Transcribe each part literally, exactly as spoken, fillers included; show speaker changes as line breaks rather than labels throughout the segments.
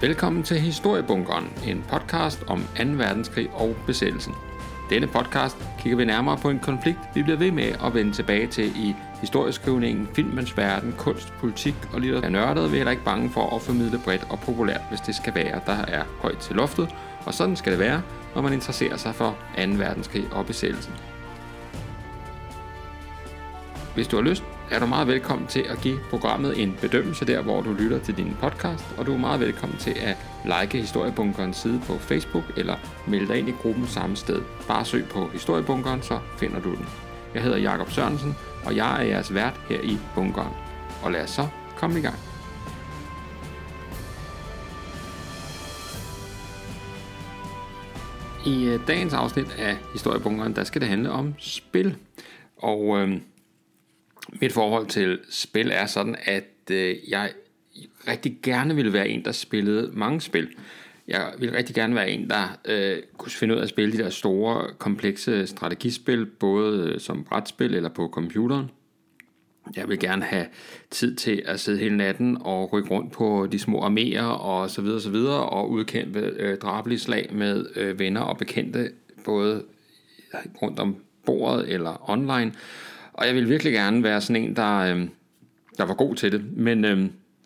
Velkommen til Historiebunkeren, en podcast om anden verdenskrig og besættelsen. Denne podcast kigger vi nærmere på en konflikt, vi bliver ved med at vende tilbage til i historieskrivningen, filmens verden, kunst, politik og litteratur. Er nørdet, vi er heller ikke bange for at formidle bredt og populært, hvis det skal være, der er højt til loftet, og sådan skal det være, når man interesserer sig for anden verdenskrig og besættelsen. Hvis du har lyst, er du meget velkommen til at give programmet en bedømmelse der, hvor du lytter til din podcast, og du er meget velkommen til at like Historiebunkerens side på Facebook, eller melde dig ind i gruppen samme sted. Bare søg på Historiebunkeren, så finder du den. Jeg hedder Jakob Sørensen, og jeg er jeres vært her i bunkeren. Og lad os så komme i gang. I dagens afsnit af Historiebunkeren, der skal det handle om spil. Og øh, mit forhold til spil er sådan, at øh, jeg rigtig gerne ville være en, der spillede mange spil. Jeg ville rigtig gerne være en, der øh, kunne finde ud af at spille de der store, komplekse strategispil, både som brætspil eller på computeren. Jeg vil gerne have tid til at sidde hele natten og rykke rundt på de små arméer og så videre, så videre og udkæmpe øh, drabelige slag med øh, venner og bekendte, både rundt om bordet eller online. Og jeg vil virkelig gerne være sådan en, der, øh, der var god til det, men øh,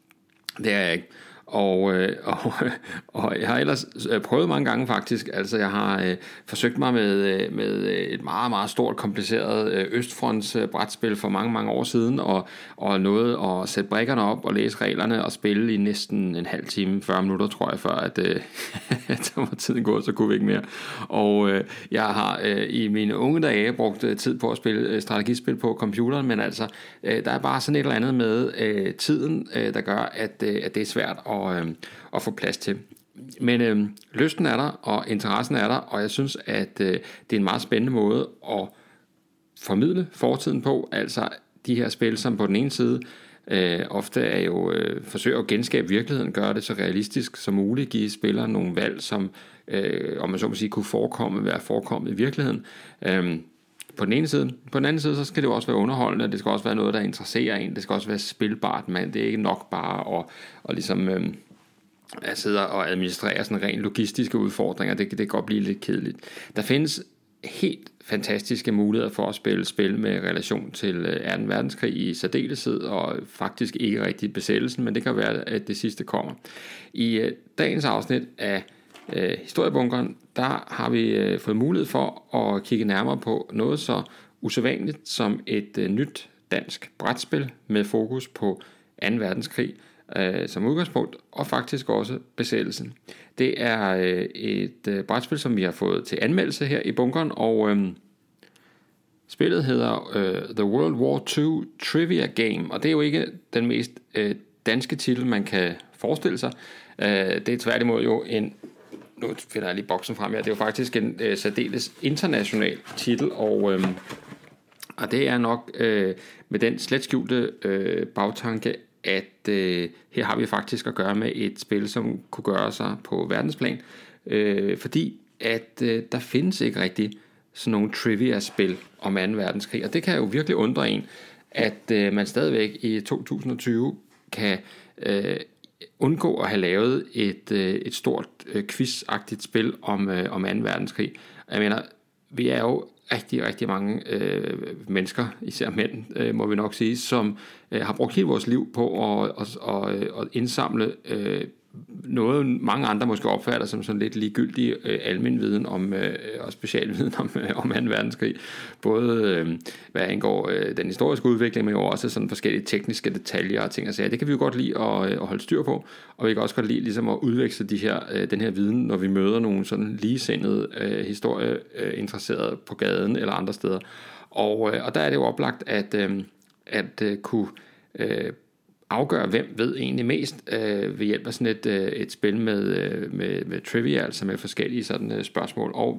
det er jeg ikke. Og, øh, og, og jeg har ellers prøvet mange gange faktisk. Altså jeg har øh, forsøgt mig med, med et meget, meget stort, kompliceret øh, Østfronts øh, brætspil for mange, mange år siden, og, og nåede at sætte brikkerne op og læse reglerne og spille i næsten en halv time, fyrre minutter tror jeg, før at øh, så var tiden gået, så kunne vi ikke mere. Og øh, jeg har øh, i mine unge dage brugt øh, tid på at spille øh, strategispil på computeren, men altså øh, der er bare sådan et eller andet med øh, tiden, øh, der gør, at, øh, at det er svært at Og, øh, at få plads til. Men øh, lysten er der, og interessen er der, og jeg synes, at øh, det er en meget spændende måde at formidle fortiden på. Altså de her spil, som på den ene side øh, ofte er jo øh, forsøger at genskabe virkeligheden, gøre det så realistisk som muligt, give spillere nogle valg, som øh, om man så må sige kunne forekomme, være forekommet i virkeligheden. Øh, På den ene side. På den anden side, så skal det jo også være underholdende, det skal også være noget, der interesserer en, det skal også være spilbart, men det er ikke nok bare at, at ligesom øh, at sidde og administrere sådan rent logistiske udfordringer, det, det kan godt blive lidt kedeligt. Der findes helt fantastiske muligheder for at spille spil med relation til anden verdenskrig i særdeleshed, og faktisk ikke rigtig besættelsen, men det kan være, at det sidste kommer. I øh, dagens afsnit af øh, Historiebunkeren, der har vi øh, fået mulighed for at kigge nærmere på noget så usædvanligt som et øh, nyt dansk brætspil med fokus på anden verdenskrig øh, som udgangspunkt, og faktisk også besættelsen. Det er øh, et øh, brætspil, som vi har fået til anmeldelse her i bunkeren, og øh, spillet hedder øh, The World War to Trivia Game, og det er jo ikke den mest øh, danske titel, man kan forestille sig. Øh, det er tværtimod jo en, nu finder jeg lige boksen frem her, det er jo faktisk en øh, særdeles international titel, og, øh, og det er nok øh, med den slet skjulte øh, bagtanke, at øh, her har vi faktisk at gøre med et spil, som kunne gøre sig på verdensplan, øh, fordi at øh, der findes ikke rigtig sådan nogle trivia-spil om anden verdenskrig, og det kan jo virkelig undre en, at øh, man stadigvæk i to tusind og tyve kan øh, undgå at have lavet et, øh, et stort øh, quiz-agtigt spil om, øh, om anden verdenskrig. Jeg mener, vi er jo rigtig, rigtig mange øh, mennesker, især mænd, øh, må vi nok sige, som øh, har brugt hele vores liv på at, at, at, at indsamle øh, noget, mange andre måske opfatter som sådan lidt ligegyldig øh, almen viden om, øh, og specialviden om, øh, om anden verdenskrig. Både øh, hvad angår øh, den historiske udvikling, men jo også sådan forskellige tekniske detaljer og ting og sager. Det kan vi jo godt lide at, at holde styr på, og vi kan også godt lide ligesom at udveksle de her, øh, den her viden, når vi møder nogle sådan ligesindede øh, historieinteresserede øh, på gaden eller andre steder. Og, øh, og der er det jo oplagt at, øh, at øh, kunne øh, afgøre, hvem ved egentlig mest øh, ved hjælp af sådan et, øh, et spil med, øh, med, med trivia, altså med forskellige sådan, øh, spørgsmål. Og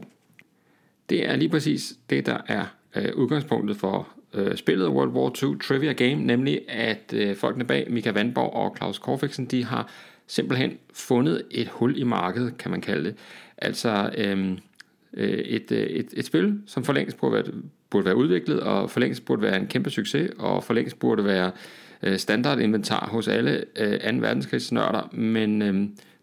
det er lige præcis det, der er øh, udgangspunktet for øh, spillet World War to Trivia Game, nemlig at øh, folkene bag Mika Vandborg og Claus Corfixen, de har simpelthen fundet et hul i markedet, kan man kalde det. Altså øh, et, et, et spil, som for længst burde være, burde være udviklet, og for længst burde være en kæmpe succes, og for længst burde være standardinventar hos alle øh, anden verdenskrigsnørder, men øh,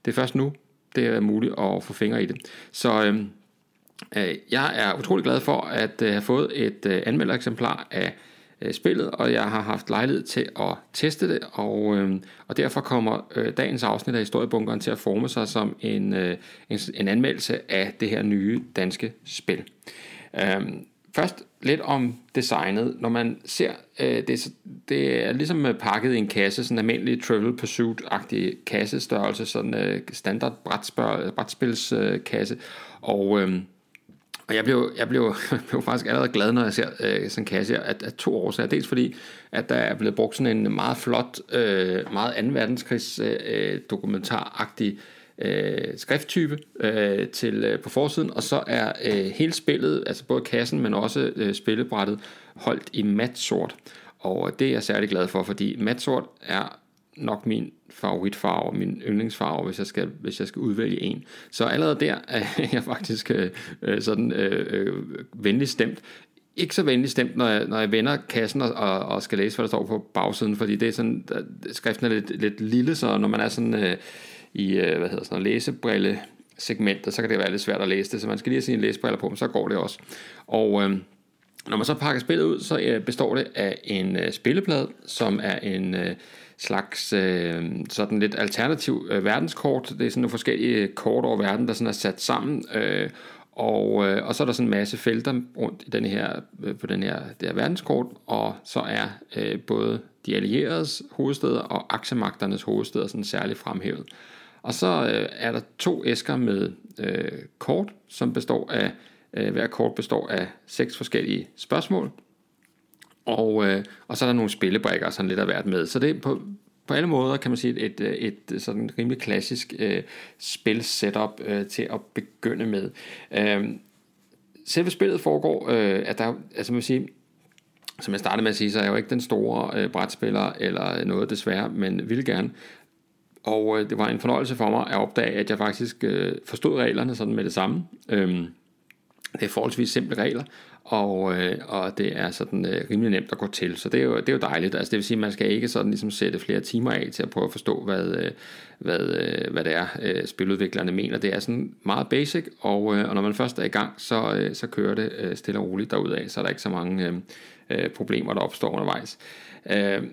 Det er først nu, det er muligt at få fingre i det. Så øh, øh, jeg er utrolig glad for at øh, have fået et øh, anmeldereksemplar af øh, spillet, og jeg har haft lejlighed til at teste det, og, øh, og derfor kommer øh, dagens afsnit af Historiebunkeren til at forme sig som en, øh, en, en anmeldelse af det her nye danske spil. Øh, Først lidt om designet. Når man ser, øh, det, det er ligesom pakket i en kasse, sådan en almindelig Trivial Pursuit-agtig kassestørrelse, sådan øh, standard brætspilskasse. Og, øh, og jeg blev, jeg, blev, jeg blev faktisk allerede glad, når jeg ser øh, sådan en kasse her, at, at to årsager. Dels fordi, at der er blevet brugt sådan en meget flot, øh, meget anden verdenskrigs øh, dokumentaragtig Øh, skrifttype øh, til øh, på forsiden, og så er øh, hele spillet, altså både kassen, men også øh, spillebrættet, holdt i mat sort. Og det er jeg særlig glad for, fordi mat sort er nok min favoritfarve, min yndlingsfarve, hvis jeg skal, hvis jeg skal udvælge en. Så allerede der er jeg faktisk øh, sådan øh, øh, venlig stemt. Ikke så venlig stemt, når jeg, når jeg vender kassen og, og skal læse, hvad der står på bagsiden, fordi det er sådan, der, skriften er lidt, lidt lille, så når man er sådan øh, i hvad hedder sådan, læsebrille segmenter, så kan det være lidt svært at læse det, så man skal lige have sine læsebriller på, men så går det også. Og øh, når man så pakker spillet ud, så øh, består det af en øh, spilleplade, som er en øh, slags øh, sådan lidt alternativ øh, verdenskort. Det er sådan nogle forskellige kort over verden, der sådan er sat sammen, øh, og, øh, og så er der sådan en masse felter rundt i den her, øh, på den her, det her verdenskort, og så er øh, både de allieredes hovedsteder og aksemagternes hovedsteder sådan særligt fremhævet. Og så øh, er der to æsker med øh, kort, som består af, øh, hver kort består af seks forskellige spørgsmål, og, øh, og så er der nogle spillebrikker, sådan lidt af hvert med. Så det er på, på alle måder, kan man sige, et, et, et sådan rimelig klassisk øh, spil-setup øh, til at begynde med. Øh, selve spillet foregår, øh, at der, altså man vil sige, som jeg startede med at sige, så er jeg jo ikke den store øh, brætspiller eller noget desværre, men ville gerne. Og øh, det var en fornøjelse for mig at opdage, at jeg faktisk øh, forstod reglerne sådan med det samme. Øhm, det er forholdsvis simple regler, og, øh, og det er sådan øh, rimelig nemt at gå til. Så det er jo, det er jo dejligt. Altså det vil sige, at man skal ikke sådan ligesom sætte flere timer af til at prøve at forstå, hvad, øh, hvad, øh, hvad det er, øh, spiludviklerne mener. Det er sådan meget basic, og, øh, og når man først er i gang, så, øh, så kører det øh, stille og roligt derudad, så er der ikke så mange øh, øh, problemer, der opstår undervejs. Øh,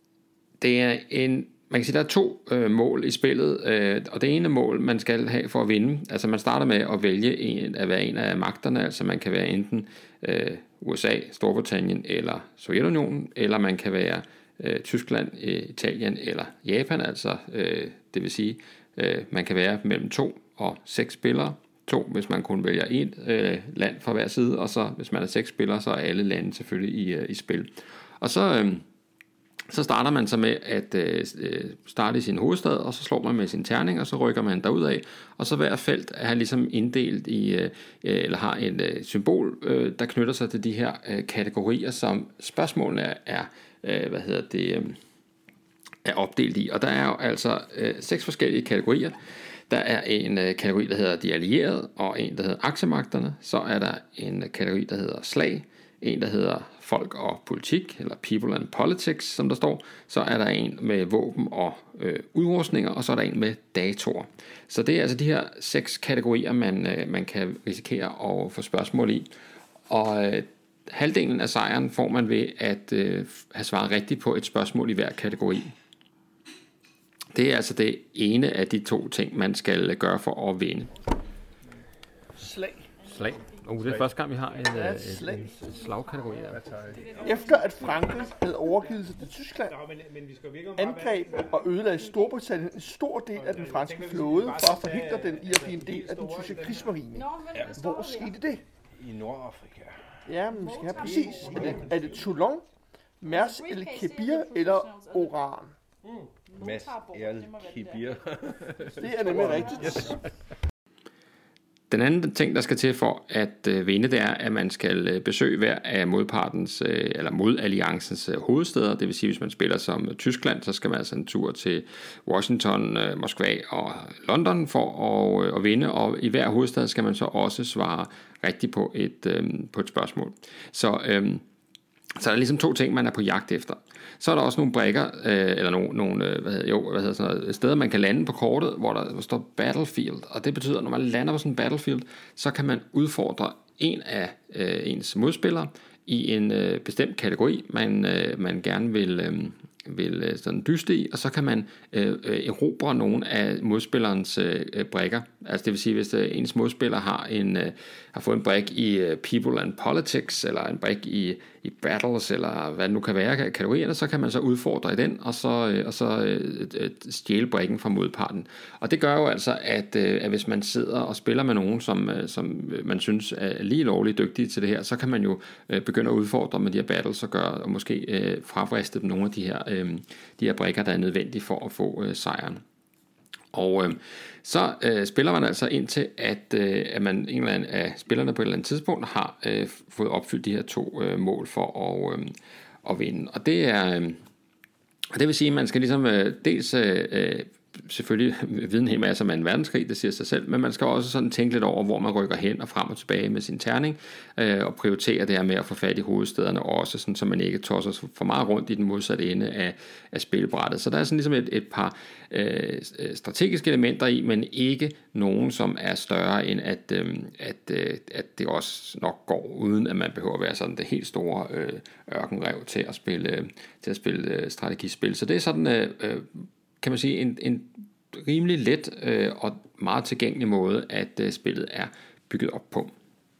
det er en Man kan sige, der er to øh, mål i spillet, øh, og det ene mål, man skal have for at vinde, altså man starter med at vælge en, at være en af magterne, altså man kan være enten øh, U S A, Storbritannien eller Sovjetunionen, eller man kan være øh, Tyskland, øh, Italien eller Japan, altså øh, det vil sige, øh, man kan være mellem to og seks spillere, to hvis man kun vælger et øh, land fra hver side, og så hvis man er seks spillere, så er alle lande selvfølgelig i, øh, i spil. Og så... Øh, Så starter man så med at øh, starte i sin hovedstad, og så slår man med sin terning, og så rykker man derudad, og så hver felt er ligesom inddelt i, øh, eller har et øh, symbol, øh, der knytter sig til de her øh, kategorier, som spørgsmålene er, er øh, hvad hedder det, øh, er opdelt i. Og der er jo altså øh, seks forskellige kategorier. Der er en øh, kategori, der hedder de allierede, og en, der hedder aksemagterne. Så er der en kategori, der hedder slag, en, der hedder folk og politik, eller people and politics, som der står. Så er der en med våben og øh, udrustninger, og så er der en med datorer. Så det er altså de her seks kategorier, man, øh, man kan risikere at få spørgsmål i. Og øh, halvdelen af sejren får man ved at øh, have svaret rigtigt på et spørgsmål i hver kategori. Det er altså det ene af de to ting, man skal gøre for at vinde.
Slag.
Slag. Uh, det er første gang, vi har en, ja, et, et, et slagkategori. Ja.
Efter at Frankrig havde overgivet sig til Tyskland, angreb og ødelagde Storbritannien en stor del af den franske flåde for at forhindre den i at blive en del af den tyske krigsmarine. Hvor skete det?
I Nordafrika.
Ja, men vi skal have præcis. Er det, er det Toulon, Mers el Kebir eller Oran?
Mers el Kebir.
Det er nemlig rigtigt. Yes.
Den anden ting, der skal til for at øh, vinde, det er, at man skal øh, besøge hver af modpartens, øh, eller modalliancens øh, hovedsteder. Det vil sige, hvis man spiller som Tyskland, så skal man altså en tur til Washington, øh, Moskva og London for at, øh, at vinde. Og i hver hovedstad skal man så også svare rigtigt på et, øh, på et spørgsmål. Så øh, Så der er ligesom to ting, man er på jagt efter. Så er der også nogle brikker, øh, eller nogle, nogle øh, hvad hedder, jo, hvad hedder sådan noget, steder, man kan lande på kortet, hvor der, hvor står battlefield. Og det betyder, at når man lander på sådan en battlefield, så kan man udfordre en af øh, ens modspillere i en øh, bestemt kategori, man, øh, man gerne vil, øh, vil øh, sådan dyste i, og så kan man øh, erobre nogle af modspillerens øh, brikker. Altså det vil sige, hvis øh, ens modspiller har, en, øh, har fået en brik i øh, People and Politics, eller en brik i, i Battles, eller hvad det nu kan være kategorierne, så kan man så udfordre i den, og så, øh, og så øh, øh, stjæle brikken fra modparten. Og det gør jo altså, at, øh, at hvis man sidder og spiller med nogen, som, øh, som man synes er lige lovligt dygtige til det her, så kan man jo øh, begynde at udfordre med de her battles, og, gøre, og måske øh, fravriste dem nogle af de her, øh, de her brikker, der er nødvendige for at få øh, sejren. Og øh, så øh, spiller man altså indtil, at, øh, at man en eller anden af spillerne på et eller andet tidspunkt har øh, fået opfyldt de her to øh, mål for at, øh, at vinde. Og det er, øh, og det vil sige, at man skal ligesom øh, dels øh, selvfølgelig vide en hel masse om en verdenskrig, det siger sig selv, men man skal også sådan tænke lidt over, hvor man rykker hen og frem og tilbage med sin terning, øh, og prioritere det her med at få fat i hovedstederne også, sådan, så man ikke tosser for meget rundt i den modsatte ende af, af spilbrættet. Så der er sådan ligesom et, et par øh, strategiske elementer i, men ikke nogen, som er større end at, øh, at, øh, at det også nok går, uden at man behøver at være sådan det helt store øh, ørkenrev til at spille, øh, til at spille øh, strategispil. Så det er sådan øh, kan man sige, en, en rimelig let øh, og meget tilgængelig måde, at øh, spillet er bygget op på.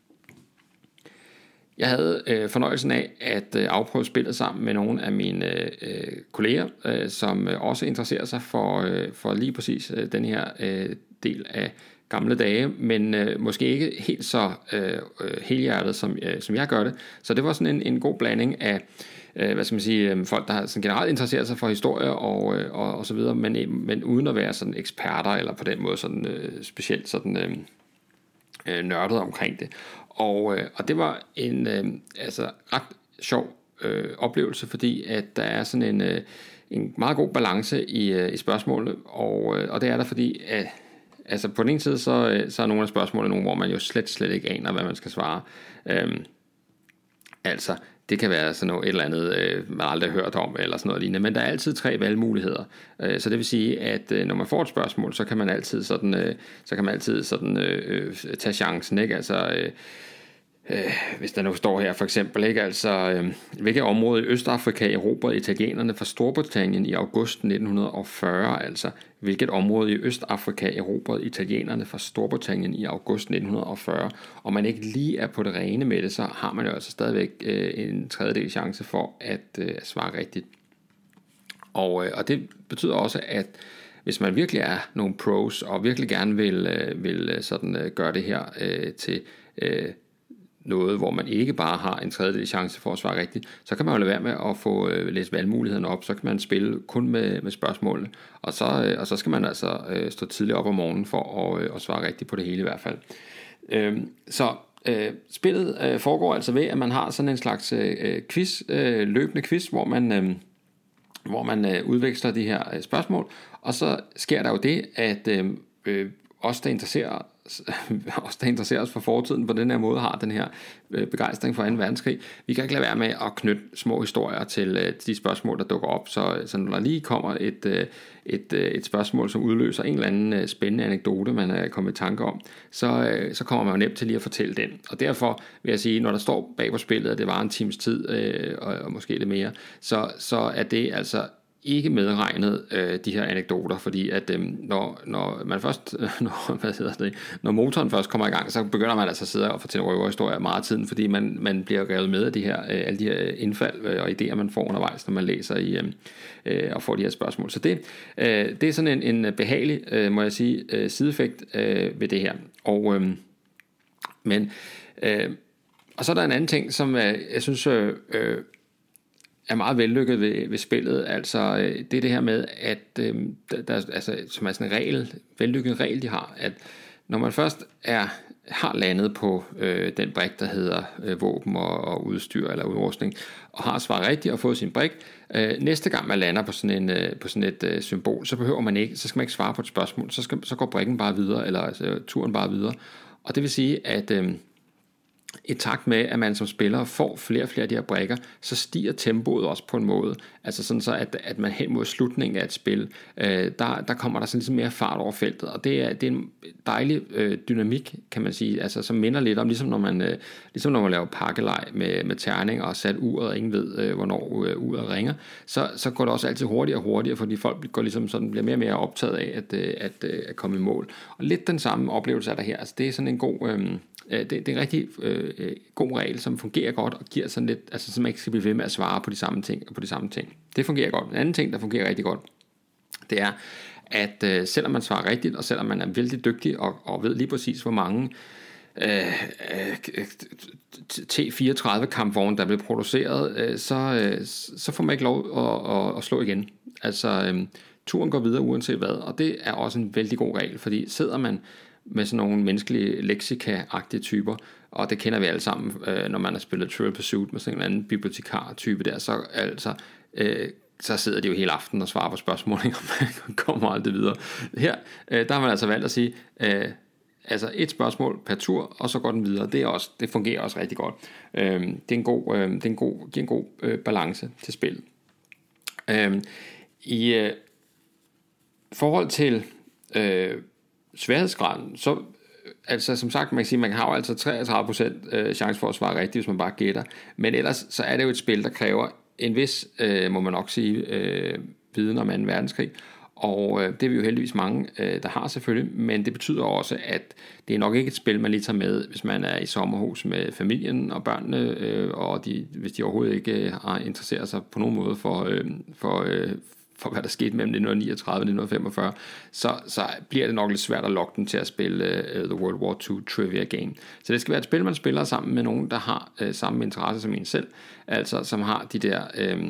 Jeg havde øh, fornøjelsen af at øh, afprøve spillet sammen med nogle af mine øh, kolleger, øh, som øh, også interesserer sig for, øh, for lige præcis øh, den her øh, del af gamle dage, men øh, måske ikke helt så øh, helhjertet, som, øh, som jeg gør det. Så det var sådan en, en god blanding af øh, hvad skal man sige, øh, folk, der har sådan generelt interesseret sig for historie og, øh, og, og så videre, men, men uden at være sådan eksperter, eller på den måde sådan øh, specielt sådan øh, øh, nørdet omkring det. Og, øh, og det var en øh, altså ret sjov øh, oplevelse, fordi at der er sådan en, øh, en meget god balance i, øh, i spørgsmålet, og, øh, og det er der, fordi at altså på den ene side, så, så er nogle af spørgsmålene nogle, hvor man jo slet, slet ikke aner, hvad man skal svare. Øhm, altså, det kan være sådan noget, et eller andet, øh, man aldrig har hørt om, eller sådan noget lignende, men der er altid tre valgmuligheder. Øh, så det vil sige, at øh, når man får et spørgsmål, så kan man altid sådan, øh, så kan man altid sådan øh, tage chancen, ikke? Altså, øh, Øh, hvis der nu står her for eksempel, ikke? Altså, øh, hvilket område i Østafrika erobrede italienerne fra Storbritannien i august nitten fyrre, altså hvilket område i Østafrika erobrede italienerne fra Storbritannien i august nitten fyrre, og man ikke lige er på det rene med det, så har man jo altså stadigvæk øh, en tredjedel chance for at, øh, at svare rigtigt. Og, øh, og det betyder også, at hvis man virkelig er nogle pros, og virkelig gerne vil, øh, vil sådan, øh, gøre det her øh, til øh, noget, hvor man ikke bare har en tredjedel chance for at svare rigtigt, så kan man jo lade være med at få øh, læst valgmulighederne op, så kan man spille kun med, med spørgsmålene, og så, øh, og så skal man altså øh, stå tidligt op om morgenen for at, øh, at svare rigtigt på det hele i hvert fald. Øh, så øh, spillet øh, foregår altså ved, at man har sådan en slags øh, quiz, øh, løbende quiz, hvor man, øh, hvor man øh, udveksler de her øh, spørgsmål, og så sker der jo det, at øh, øh, os, der interesserer os, der interesserer os for fortiden på den her måde, har den her øh, begejstring for anden verdenskrig. Vi kan ikke lade være med at knytte små historier til øh, de spørgsmål, der dukker op, så, så når der lige kommer et, øh, et, øh, et spørgsmål, som udløser en eller anden øh, spændende anekdote, man er kommet i tanke om, så, øh, så kommer man jo nemt til lige at fortælle den. Og derfor vil jeg sige, når der står bag på spillet, at det var en times tid, øh, og, og måske lidt mere, så, så er det altså ikke medregnet øh, de her anekdoter, fordi at øh, når, når man først når, hvad hedder det, når motoren først kommer i gang, så begynder man altså at sidde og fortælle røverhistorier meget af tiden, fordi man, man bliver revet med af de her, øh, alle de her indfald øh, og idéer, man får undervejs, når man læser i, øh, øh, og får de her spørgsmål. Så det, øh, det er sådan en, en behagelig, øh, må jeg sige, øh, sideeffekt øh, ved det her. Og, øh, men, øh, og så er der en anden ting, som øh, jeg synes øh, øh, er meget vellykket ved, ved spillet, altså det er det her med, at øh, der, altså, som er sådan en regel, vellykket regel, de har, at når man først er, har landet på øh, den brik, der hedder øh, våben og, og udstyr eller udrustning, og har svaret rigtigt og fået sin brik, øh, næste gang man lander på sådan, en, øh, på sådan et øh, symbol, så behøver man ikke, så skal man ikke svare på et spørgsmål, så, skal, så går brikken bare videre, eller altså, turen bare videre, og det vil sige, at øh, i takt med, at man som spiller får flere og flere af de her brikker, så stiger tempoet også på en måde. Altså sådan så, at, at man hen mod slutningen af et spil, øh, der, der kommer der sådan lidt mere fart over feltet, og det er, det er en dejlig øh, dynamik, kan man sige, altså som minder lidt om, ligesom når man, øh, ligesom når man laver pakkelej med, med terning og sat uret, og ingen ved, øh, hvornår øh, uret ringer, så, så går det også altid hurtigere og hurtigere, fordi folk går ligesom sådan, bliver mere og mere optaget af at, øh, at, øh, at komme i mål. Og lidt den samme oplevelse er der her, altså det er sådan en god... Øh, Det, det er en rigtig øh, god regel, som fungerer godt og giver sådan lidt, altså så man ikke skal blive ved med at svare på de samme ting og på de samme ting. Det fungerer godt. En anden ting, der fungerer rigtig godt, det er, at øh, selvom man svarer rigtigt, og selvom man er vældig dygtig og, og ved lige præcis, hvor mange øh, øh, T fireogtredive kampvogne, der bliver produceret, øh, så, øh, så får man ikke lov at, at, at slå igen. Altså, øh, turen går videre uanset hvad, og det er også en vældig god regel, fordi sidder man med sådan nogle menneskelige leksika-agtige typer, og det kender vi alle sammen, øh, når man har spillet Trivial Pursuit med sådan en anden bibliotekar-type der, så, altså, øh, så sidder de jo hele aftenen og svarer på spørgsmål, og man kommer aldrig videre. Her, øh, der har man altså valgt at sige, øh, altså et spørgsmål per tur, og så går den videre. Det, er også, det fungerer også rigtig godt. Øh, det er en god, øh, det er en god, giver en god øh, balance til spillet. Øh, I øh, forhold til øh, sværhedsgraden, så altså som sagt, man kan sige, man har jo altså treogtredive procent chance for at svare rigtigt, hvis man bare gætter, men ellers så er det jo et spil, der kræver en vis, øh, må man nok sige, øh, viden om anden verdenskrig, og øh, det er vi jo heldigvis mange, øh, der har selvfølgelig, men det betyder også, at det er nok ikke et spil, man lige tager med, hvis man er i sommerhus med familien og børnene, øh, og de, hvis de overhovedet ikke har interesseret sig på nogen måde for, øh, for øh, for hvad der skete mellem nitten niogtredive og nitten femogfyrre, så, så bliver det nok lidt svært at lokke dem til at spille uh, The World War to Trivia Game. Så det skal være et spil, man spiller sammen med nogen, der har uh, samme interesse som en selv, altså som har de der... Uh,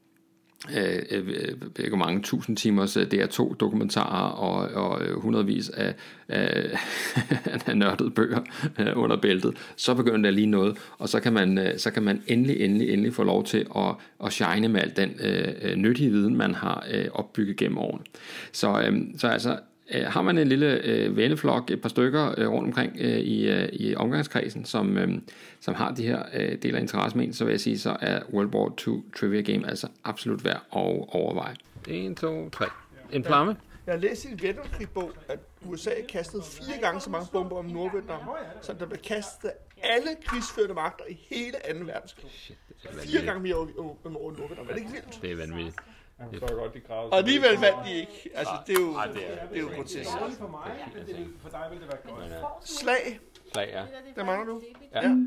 Øh, øh, ikke mange tusind timers D R to dokumentarer og, og hundredvis af, af, af nørdede bøger øh, under bæltet, så begynder det at ligne noget, og så kan man, øh, så kan man endelig, endelig, endelig få lov til at, at shine med al den øh, nyttige viden, man har øh, opbygget gennem årene. Så, øh, så altså har man en lille øh, venneflok, et par stykker øh, rundt omkring øh, i, øh, i omgangskredsen, som, øh, som har de her øh, del af interesse med en, så vil jeg sige, så er World War to Trivia Game altså absolut værd at overveje. en, to, tre. En flamme?
Jeg har læst i en Vietnamkrigbog, at U S A kastede fire gange så mange bomber om Nordvietnam, som der blev kastet af alle krigsførende magter i hele anden verdenskrig. Fire gange mere om året Nordvietnam. Er det ikke vildt?
Det er vanvittigt.
Så er godt, de
og alligevel vandt de ikke. Altså, det er jo, det er jo grotesk.
For mig, men det, for dig vil det være godt.
Slag.
Slag, ja.
Der mangler du.
Ja.
Ja.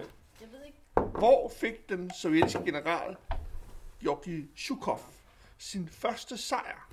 Hvor fik den sovjetiske general Georgi Zhukov sin første sejr?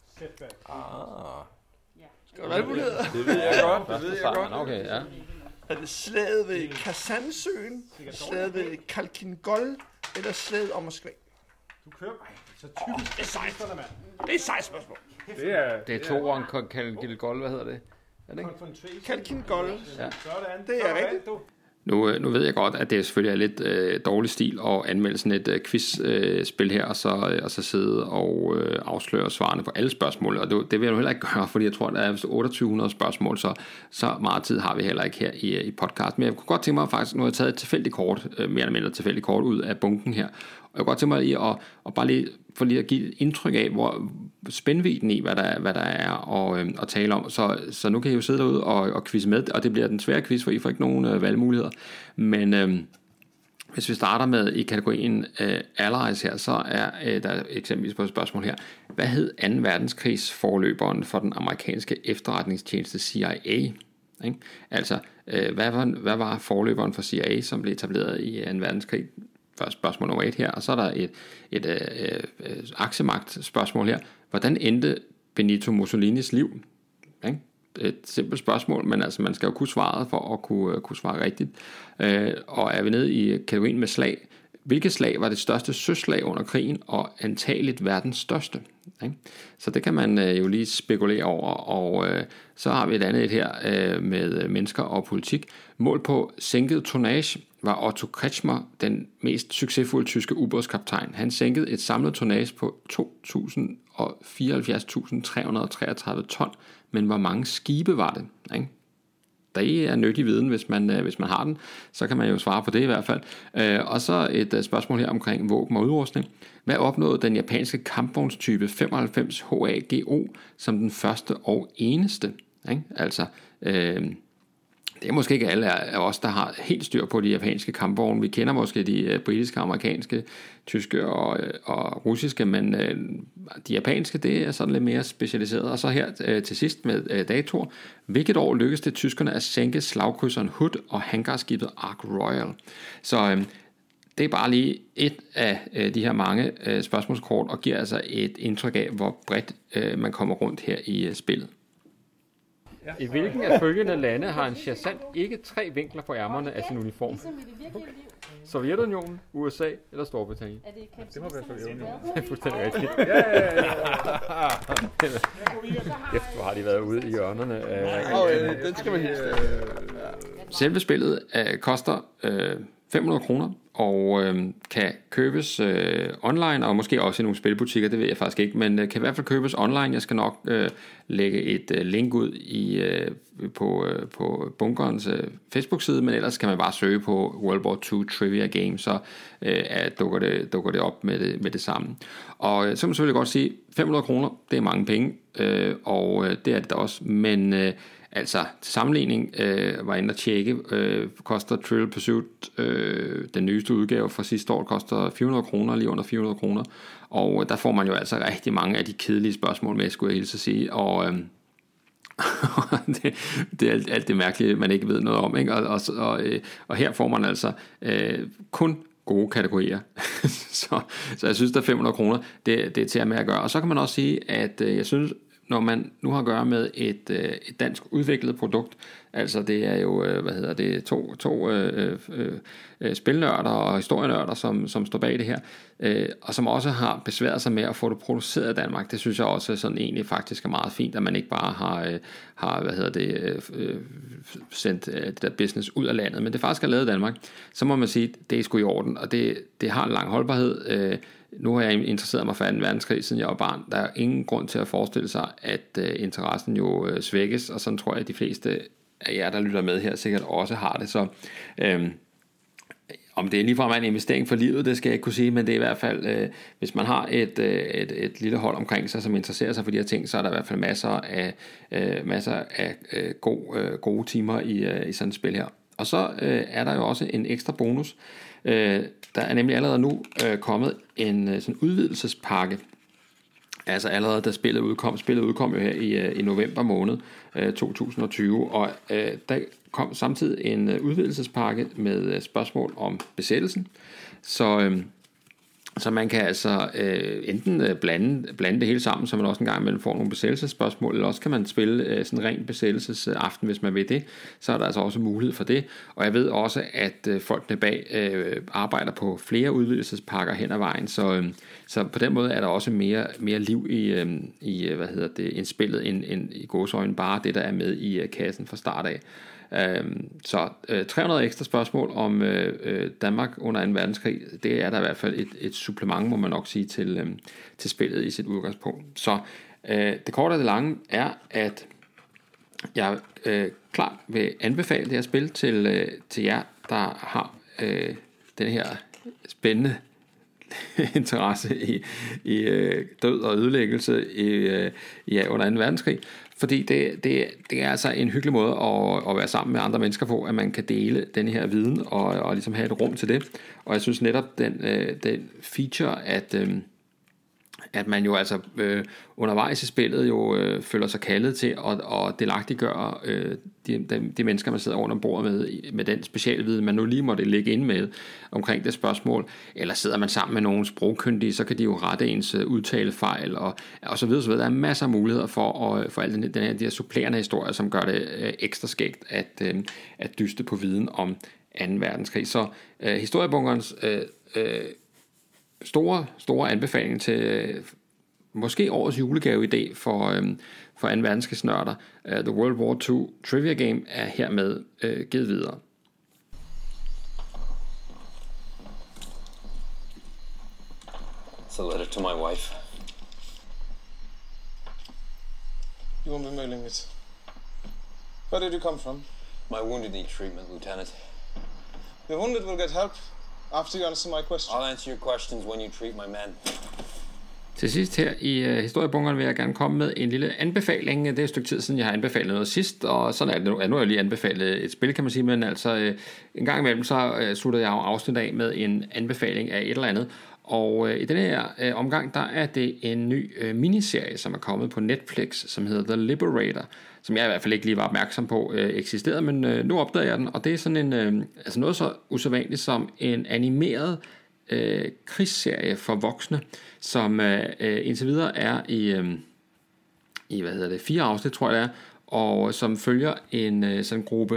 Ah.
Skal du være muligheder?
Det ved jeg godt, det ved jeg godt.
Okay, ja.
Er det slaget ved Kasansøen, slaget ved Khalkhin-Gol eller slaget om Moskva?
Du kører mig. Så typisk
det er sejt. Det er et sejt spørgsmål.
Det er,
det er toeren Khalkhin-Gol, hvad hedder det? Er det
ikke? Khalkhin-Gol.
Ja.
Det er rigtigt.
Nu, nu ved jeg godt, at det selvfølgelig er lidt øh, dårlig stil at anmelde sådan et øh, quizspil øh, her, og så, øh, og så sidde og øh, afsløre svarene på alle spørgsmål, og det, det vil jeg jo heller ikke gøre, fordi jeg tror, at der er otteogtyve hundrede spørgsmål, så, så meget tid har vi heller ikke her i, i podcast. Men jeg kunne godt tænke mig faktisk, nu har jeg taget et tilfældigt kort, øh, mere eller mindre tilfældigt kort ud af bunken her, og jeg kunne godt tænke mig lige at, at bare lige, for lige at give et indtryk af, hvor spændvidden i, hvad der, hvad der er at, øh, at tale om. Så, så nu kan I jo sidde derude og, og quizze med, og det bliver den svære quiz, for I får ikke nogen øh, valgmuligheder. Men øh, hvis vi starter med i kategorien øh, Allies her, så er øh, der eksempelvis på et spørgsmål her. Hvad hed anden verdenskrigs forløberen for den amerikanske efterretningstjeneste C I A? Ikke? Altså, øh, hvad, var, hvad var forløberen for C I A, som blev etableret i anden verdenskrig? Først spørgsmål nummer et her, og så er der et, et, et, et aktiemagt spørgsmål her. Hvordan endte Benito Mussolinis liv? Ikke? Et simpelt spørgsmål, men altså man skal jo kunne svaret for at kunne, kunne svare rigtigt. Øh, og er vi nede i kategorien med slag? Hvilket slag var det største søslag under krigen, og antageligt verdens største? Ikke? Så det kan man øh, jo lige spekulere over, og øh, så har vi et andet et her øh, med mennesker og politik. Mål på sænket tonnage var Otto Kretschmer den mest succesfulde tyske ubådskaptajn. Han sænkede et samlet tonnage på to tusind og fireoghalvfjerds tusind tre hundrede og treogtredive ton, men hvor mange skibe var det? Ikke? det er nyttig viden, hvis man, øh, hvis man har den. Så kan man jo svare på det i hvert fald. Øh, og så et øh, spørgsmål her omkring våben og udrustning. Hvad opnåede den japanske kampvognstype femoghalvfems H A G O som den første og eneste? Ikke? Altså, øh, det er måske ikke alle af os, der har helt styr på de japanske kampvogne. Vi kender måske de britiske, amerikanske, tyske og, og russiske, men øh, de japanske, det er sådan lidt mere specialiseret. Og så her øh, til sidst med øh, datoer. Hvilket år lykkedes det tyskerne at sænke slagkrydseren Hood og hangarskibet Ark Royal? Så øh, det er bare lige et af øh, de her mange øh, spørgsmålskort, og giver altså et indtryk af, hvor bredt øh, man kommer rundt her i øh, spillet. I hvilken af følgende lande har en sergeant ikke tre vinkler på ærmerne af sin uniform? Sovjetunionen, U S A eller Storbritannien?
Det må være Sovjetunionen.
Det er fuldstændig rigtigt.
Ja, ja, ja.
Efter hvor har de været ude i hjørnerne.
Øh, den skal man hilse.
Selve spillet øh, koster øh, fem hundrede kroner og øh, kan købes øh, online, og måske også i nogle spilbutikker, det ved jeg faktisk ikke, men øh, kan i hvert fald købes online. Jeg skal nok øh, lægge et øh, link ud i, øh, på, øh, på Bunkerens øh, Facebook-side, men ellers kan man bare søge på World War to Trivia Game, så øh, dukker, det, dukker det op med det, med det samme. Og øh, så kan man selvfølgelig godt sige, fem hundrede kroner, det er mange penge, øh, og øh, det er det da også, men øh, altså til sammenligning øh, var jeg inde at tjekke, øh, koster Trivial Pursuit, øh, den nyeste udgave fra sidste år, koster fire hundrede kroner, lige under fire hundrede kroner, og der får man jo altså rigtig mange af de kedelige spørgsmål med, skulle jeg hilse at sige, og øh, det, det er alt, alt det mærkelige, man ikke ved noget om, ikke? Og, og, og, øh, og her får man altså øh, kun gode kategorier. så, så jeg synes, at fem hundrede kroner, det, det er til at med at gøre, og så kan man også sige, at øh, jeg synes, når man nu har at gøre med et, øh, et dansk udviklet produkt, altså det er jo, øh, hvad hedder det, to, to øh, øh, øh, spilnørder og historienørder, som, som står bag det her, øh, og som også har besværet sig med at få det produceret i Danmark. Det synes jeg også sådan egentlig faktisk er meget fint, at man ikke bare har, øh, har hvad hedder det, øh, sendt øh, det der business ud af landet, men det faktisk er lavet i Danmark. Så må man sige, at det er sgu i orden, og det, det har en lang holdbarhed. øh, Nu har jeg interesseret mig for anden verdenskrig, siden jeg var barn. Der er ingen grund til at forestille sig, at øh, interessen jo øh, svækkes, og sådan tror jeg, at de fleste af jer, der lytter med her, sikkert også har det. Så øh, om det er ligefrem en investering for livet, det skal jeg ikke kunne sige, men det er i hvert fald, øh, hvis man har et, øh, et, et lille hold omkring sig, som interesserer sig for de her ting, så er der i hvert fald masser af, øh, masser af øh, god, øh, gode timer i, øh, i sådan et spil her. Og så øh, er der jo også en ekstra bonus. Øh, der er nemlig allerede nu øh, kommet en øh, sådan udvidelsespakke. Altså allerede da spillet udkom. Spillet udkom jo her i, øh, i november måned øh, to tusind og tyve. Og øh, der kom samtidig en øh, udvidelsespakke med øh, spørgsmål om besættelsen. Så... Øh, Så man kan altså øh, enten øh, blande, blande det hele sammen, så man også en gang imellem får nogle besættelsesspørgsmål, eller også kan man spille øh, sådan en ren besættelsesaften, hvis man vil det. Så er der altså også mulighed for det. Og jeg ved også, at øh, folkene bag øh, arbejder på flere udvidelsespakker hen ad vejen, så, øh, så på den måde er der også mere, mere liv i, øh, i hvad hedder det, indspillet, end, end i gåseøjne bare det, der er med i øh, kassen fra start af. Så tre hundrede ekstra spørgsmål om Danmark under anden verdenskrig, det er der i hvert fald et, et supplement, må man nok sige, til, til spillet i sit udgangspunkt. Så det korte og det lange er, at jeg øh, klart vil anbefale det her spil til, øh, til jer, der har øh, den her spændende interesse i, i øh, død og ødelæggelse i, øh, ja, under anden verdenskrig. Fordi det, det, det er altså en hyggelig måde at, at være sammen med andre mennesker på, at man kan dele den her viden og, og ligesom have et rum til det. Og jeg synes netop den, øh, den feature, at, øh, at man jo altså øh, undervejs i spillet jo øh, føler sig kaldet til at, at delagtiggøre øh, de, de, de mennesker, man sidder rundt om bordet med, med den specialviden, man nu lige måtte lægge ind med omkring det spørgsmål. Eller sidder man sammen med nogle sprogkyndige, så kan de jo rette ens udtalefejl og, og så videre, så videre. Der er masser af muligheder for, at, for alle den, den her, de her supplerende historier, som gør det øh, ekstra skægt at, øh, at dyste på viden om anden verdenskrig. Så øh, historiebunkerens øh, øh, Store, store anbefaling til øh, måske årets julegave-idé for, øh, for anden verdenskrigsnørder. Uh, The World War to Trivia Game er hermed øh, givet videre.
It's a letter to my wife.
You won't be mailing it. Where did you come from?
My wounded need treatment, Lieutenant.
The wounded will get help after you answer my question.
I'll answer your questions when you treat my men.
Til sidst her i uh, historiebunkeren vil jeg gerne komme med en lille anbefaling. Det er et stykke tid siden, jeg har anbefalet noget sidst, og sådan er det nu. Nu har jeg lige anbefalet et spil, kan man sige, men altså uh, en gang imellem, så uh, slutter jeg jo afsnit af med en anbefaling af et eller andet. Og uh, i denne her uh, omgang, der er det en ny uh, miniserie, som er kommet på Netflix, som hedder The Liberator, som jeg i hvert fald ikke lige var opmærksom på uh, eksisterede, men uh, nu opdager jeg den, og det er sådan en, uh, altså noget så usædvanligt som en animeret uh, krigsserie for voksne, som uh, uh, indtil videre er i, uh, i hvad hedder det, fire afsnit, tror jeg det er, og som følger en uh, sådan gruppe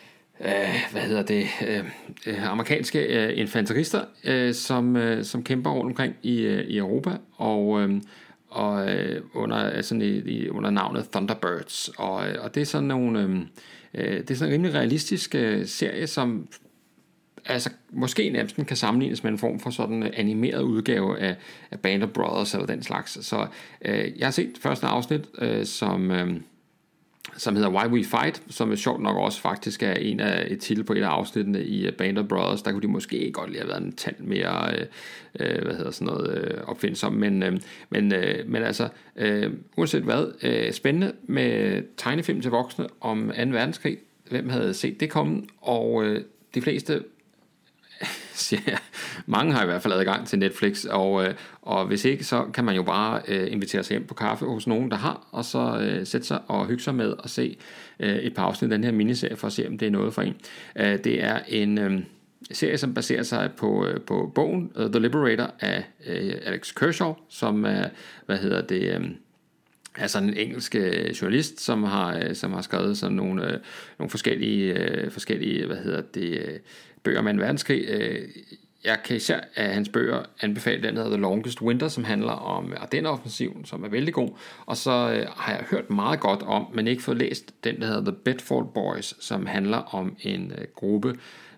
Uh, hvad hedder det, uh, amerikanske uh, infanterister, uh, som, uh, som kæmper rundt omkring i, uh, i Europa, og, uh, og uh, under, sådan i, i, under navnet Thunderbirds, og, uh, og det er sådan nogle, uh, uh, det er sådan en rimelig realistisk uh, serie, som altså måske nærmest kan sammenlignes med en form for sådan en animeret udgave af, af Band of Brothers eller den slags. Så uh, jeg har set første afsnit, uh, som uh, som hedder Why We Fight, som er sjovt nok også faktisk er en af et titel på et af afsnittene i Band of Brothers. Der kunne de måske godt lige have været en tand mere øh, øh, hvad hedder sådan noget øh, opfindsom, men øh, men øh, men altså øh, uanset hvad, øh, spændende med tegnefilm til voksne om anden verdenskrig. Hvem havde set det komme? Og øh, de fleste siger jeg, mange har i hvert fald adgang til Netflix, og, øh, og hvis ikke, så kan man jo bare øh, invitere sig hjem på kaffe hos nogen, der har, og så øh, sætte sig og hygge sig med at se øh, et par afsnit af den her miniserie, for at se, om det er noget for en. Øh, det er en øh, serie, som baserer sig på, øh, på bogen uh, The Liberator af øh, Alex Kershaw, som er, hvad hedder det... Øh, er sådan en engelsk øh, journalist, som har øh, som har skrevet sådan nogle øh, nogle forskellige øh, forskellige hvad hedder det øh, bøger om anden verdenskrig. Øh, jeg kan især af hans bøger anbefale den, der hedder The Longest Winter, som handler om Ardenner-offensiven, som er vældig god. Og så øh, har jeg hørt meget godt om, men ikke fået læst den, der hedder The Bedford Boys, som handler om en øh, gruppe,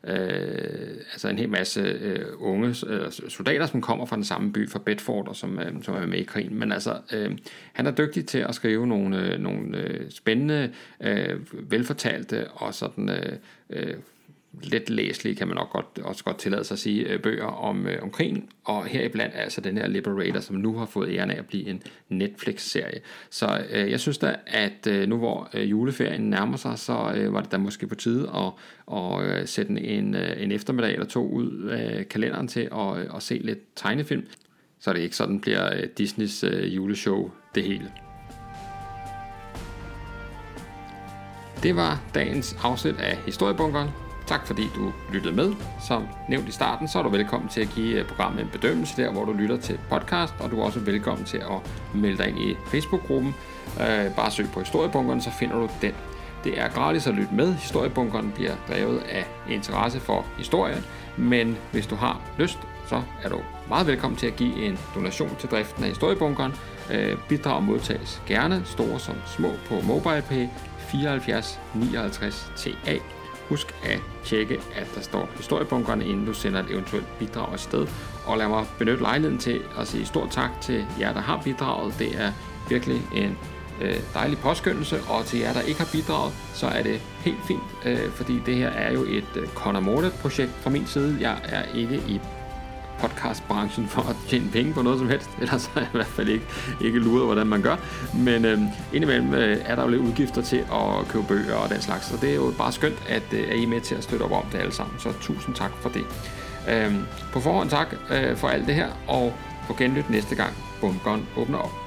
Øh, altså en hel masse øh, unge øh, soldater, som kommer fra den samme by, fra Bedford, og som, øh, som er med i krigen. Men altså, øh, han er dygtig til at skrive nogle, øh, nogle øh, spændende, øh, velfortalte og sådan øh, øh, let læselige, kan man nok godt, også godt tillade sig at sige, øh, bøger om, øh, om krigen, og heriblandt altså den her Liberator, som nu har fået æren af at blive en Netflix-serie. Så øh, jeg synes da, at øh, nu hvor øh, juleferien nærmer sig, så øh, var det da måske på tide at, at øh, sætte en, øh, en eftermiddag eller to ud af kalenderen til at, øh, at se lidt tegnefilm, så det ikke sådan bliver øh, Disneys øh, juleshow det hele. Det var dagens afsnit af Historiebunkeren. Tak fordi du lyttede med. Som nævnt i starten, så er du velkommen til at give programmet en bedømmelse der, hvor du lytter til podcast, og du er også velkommen til at melde dig ind i Facebook-gruppen. Øh, bare søg på Historiebunkeren, så finder du den. Det er gratis at lytte med. Historiebunkeren bliver drevet af interesse for historie, men hvis du har lyst, så er du meget velkommen til at give en donation til driften af Historiebunkeren. Øh, bidrag modtages gerne, store som små, på MobilePay fireoghalvfjerds nioghalvtreds T A. Husk at tjekke, at der står Historiebunkerne, inden du sender et eventuelt bidrag afsted. Og lad mig benytte lejligheden til at sige stort tak til jer, der har bidraget. Det er virkelig en øh, dejlig påskyndelse, og til jer, der ikke har bidraget, så er det helt fint, øh, fordi det her er jo et øh, Conor Morte-projekt fra min side. Jeg er ikke i podcastbranchen for at tjene penge på noget som helst, ellers har jeg i hvert fald ikke, ikke luret, hvordan man gør, men øh, indimellem øh, er der jo lidt udgifter til at købe bøger og den slags, så det er jo bare skønt, at, øh, at I er med til at støtte op om det alle sammen, så tusind tak for det. Øh, på forhånd tak øh, for alt det her, og på genlyt næste gang bunkeren åbner op.